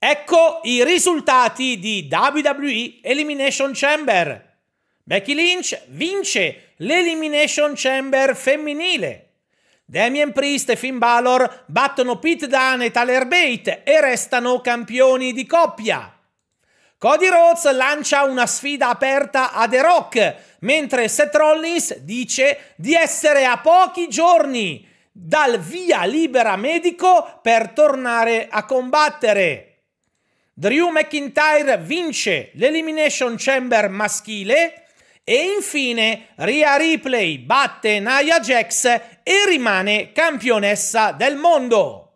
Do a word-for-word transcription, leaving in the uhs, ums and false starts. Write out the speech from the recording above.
Ecco i risultati di W W E Elimination Chamber. Becky Lynch vince l'Elimination Chamber femminile. Damien Priest e Finn Balor battono Pete Dunne e Tyler Bate e restano campioni di coppia. Cody Rhodes lancia una sfida aperta a The Rock, mentre Seth Rollins dice di essere a pochi giorni dal via libera medico per tornare a combattere. Drew McIntyre vince l'Elimination Chamber maschile e infine Rhea Ripley batte Nia Jax e rimane campionessa del mondo.